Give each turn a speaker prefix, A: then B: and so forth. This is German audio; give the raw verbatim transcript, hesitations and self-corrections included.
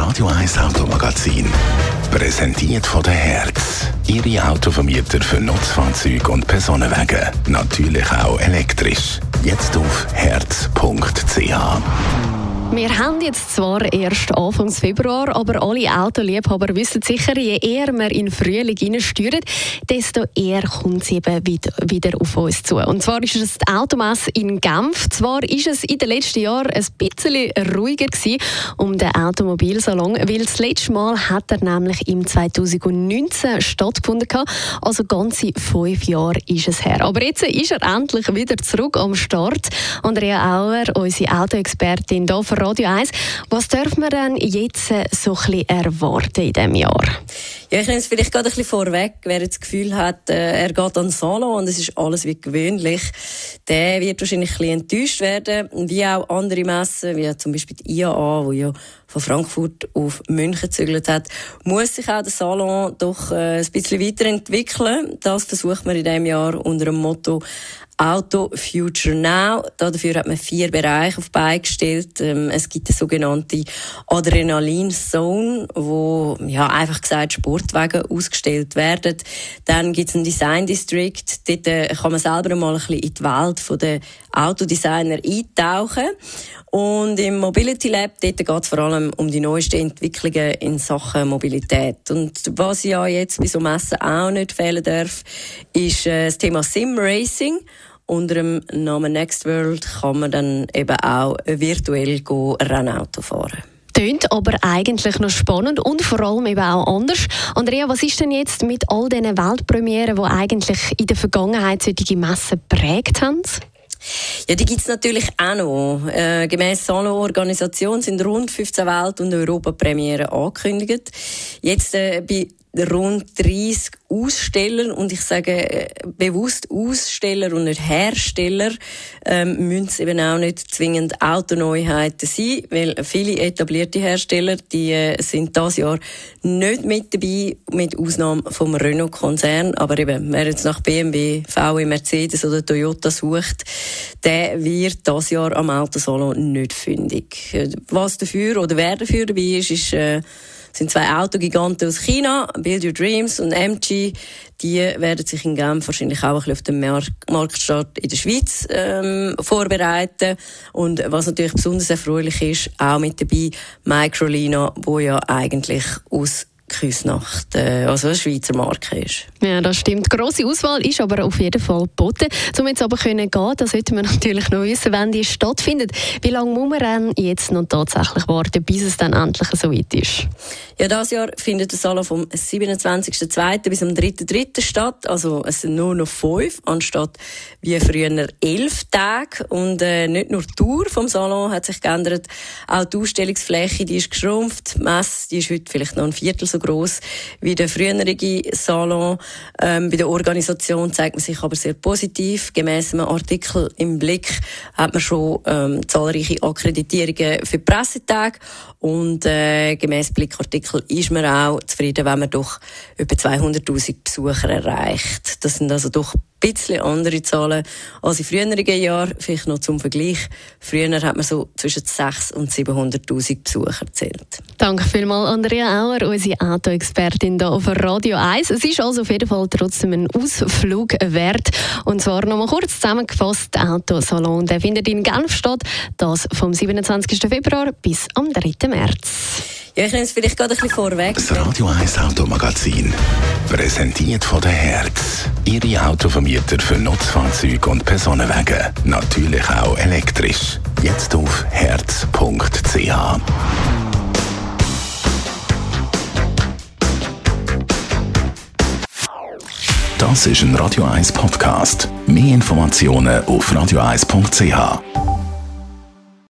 A: Radio eins Automagazin. Präsentiert von der Hertz. Ihre Autovermieter für Nutzfahrzeuge und Personenwagen. Natürlich auch elektrisch. Jetzt auf hertz punkt c h.
B: Wir haben jetzt zwar erst Anfang Februar, aber alle Autoliebhaber wissen sicher, je eher wir in den Frühling hineinsteuern, desto eher kommt es eben wieder, wieder auf uns zu. Und zwar ist es die Automesse in Genf. Zwar ist es in den letzten Jahren ein bisschen ruhiger gewesen um den Automobilsalon, weil das letzte Mal hat er nämlich im zweitausendneunzehn stattgefunden. Also ganze fünf Jahre ist es her. Aber jetzt ist er endlich wieder zurück am Start. Andrea Auer, unsere Autoexpertin hier für Radio eins. Was dürfen wir denn jetzt so ein bisschen erwarten in diesem Jahr?
C: Ja, ich nehme es vielleicht gerade ein bisschen vorweg. Wer jetzt das Gefühl hat, äh, er geht an den Salon und es ist alles wie gewöhnlich, der wird wahrscheinlich ein bisschen enttäuscht werden. Wie auch andere Messen, wie zum Beispiel die I A A, die ja von Frankfurt auf München gezügelt hat, muss sich auch der Salon doch äh, ein bisschen weiterentwickeln. Das versucht man in diesem Jahr unter dem Motto Auto Future Now. Dafür hat man vier Bereiche auf die Beine gestellt. Ähm, es gibt eine sogenannte Adrenalin Zone, wo ja, einfach gesagt Sportwagen ausgestellt werden. Dann gibt es einen Design District. Dort äh, kann man selber mal ein bisschen in die Welt der Autodesigner eintauchen. Und im Mobility Lab, dort geht es vor allem um die neuesten Entwicklungen in Sachen Mobilität. Und was ja jetzt bei so Messen auch nicht fehlen darf, ist äh, das Thema Sim Racing. Unter dem Namen Next World kann man dann eben auch virtuell Rennauto fahren.
B: Klingt aber eigentlich noch spannend und vor allem eben auch anders. Andrea, was ist denn jetzt mit all diesen Weltpremieren, die eigentlich in der Vergangenheit solche Messen geprägt haben?
C: Ja, die gibt's natürlich auch noch. Äh, gemäss Salon-Organisation sind rund fünfzehn Welt- und Europapremieren angekündigt. Jetzt äh, bei rund dreissig Aussteller, und ich sage äh, bewusst Aussteller und nicht Hersteller, ähm, müssen es eben auch nicht zwingend Autoneuheiten sein, weil viele etablierte Hersteller, die äh, sind dieses Jahr nicht mit dabei, mit Ausnahme vom Renault-Konzern. Aber eben, wer jetzt nach B M W, V W, Mercedes oder Toyota sucht, der wird dieses Jahr am Autosalon nicht fündig. Was dafür oder wer dafür dabei ist, ist äh, sind zwei Autogiganten aus China, Build Your Dreams und M G. Die werden sich in Genf wahrscheinlich auch ein bisschen auf den Mark- Marktstart in der Schweiz ähm, vorbereiten. Und was natürlich besonders erfreulich ist, auch mit dabei Microlina, wo ja eigentlich aus Küsnacht, äh, also eine Schweizer Marke ist.
B: Ja, das stimmt. Grosse Auswahl ist aber auf jeden Fall geboten. Um jetzt aber können gehen, da sollten wir natürlich noch wissen, wann die stattfindet. Wie lange muss man denn jetzt noch tatsächlich warten, bis es dann endlich so weit ist?
C: Ja, dieses Jahr findet der Salon vom siebenundzwanzigsten zweiten bis am dritten dritten statt. Also es sind nur noch fünf, anstatt wie früher elf Tage. Und äh, nicht nur die Tour vom Salon hat sich geändert, auch die Ausstellungsfläche, die ist geschrumpft. Die Messe, die ist heute vielleicht noch ein Viertel so gross wie der frühere Salon. Ähm, bei der Organisation zeigt man sich aber sehr positiv. Gemäss einem Artikel im Blick hat man schon ähm, zahlreiche Akkreditierungen für die Pressetage. Und äh, gemäss Blickartikel ist man auch zufrieden, wenn man doch etwa zweihunderttausend Besucher erreicht. Das sind also doch ein bisschen andere Zahlen als in früheren Jahren. Vielleicht noch zum Vergleich. Früher hat man so zwischen sechshunderttausend und siebenhunderttausend Besucher gezählt.
B: Danke vielmals, Andrea Auer, unsere Autoexpertin hier auf Radio eins. Es ist also auf jeden Fall trotzdem ein Ausflug wert. Und zwar noch mal kurz zusammengefasst, der Autosalon, der findet in Genf statt. Das vom siebenundzwanzigsten Februar bis am dritten März.
C: Ja, ich nehme es vielleicht gerade ein bisschen vorweg.
A: Das Radio eins Automagazin. Präsentiert von der Hertz. Ihre Autovermieter für Nutzfahrzeuge und Personenwagen. Natürlich auch elektrisch. Jetzt auf hertz punkt c h. Das ist ein Radio eins Podcast. Mehr Informationen auf radio eins punkt c h.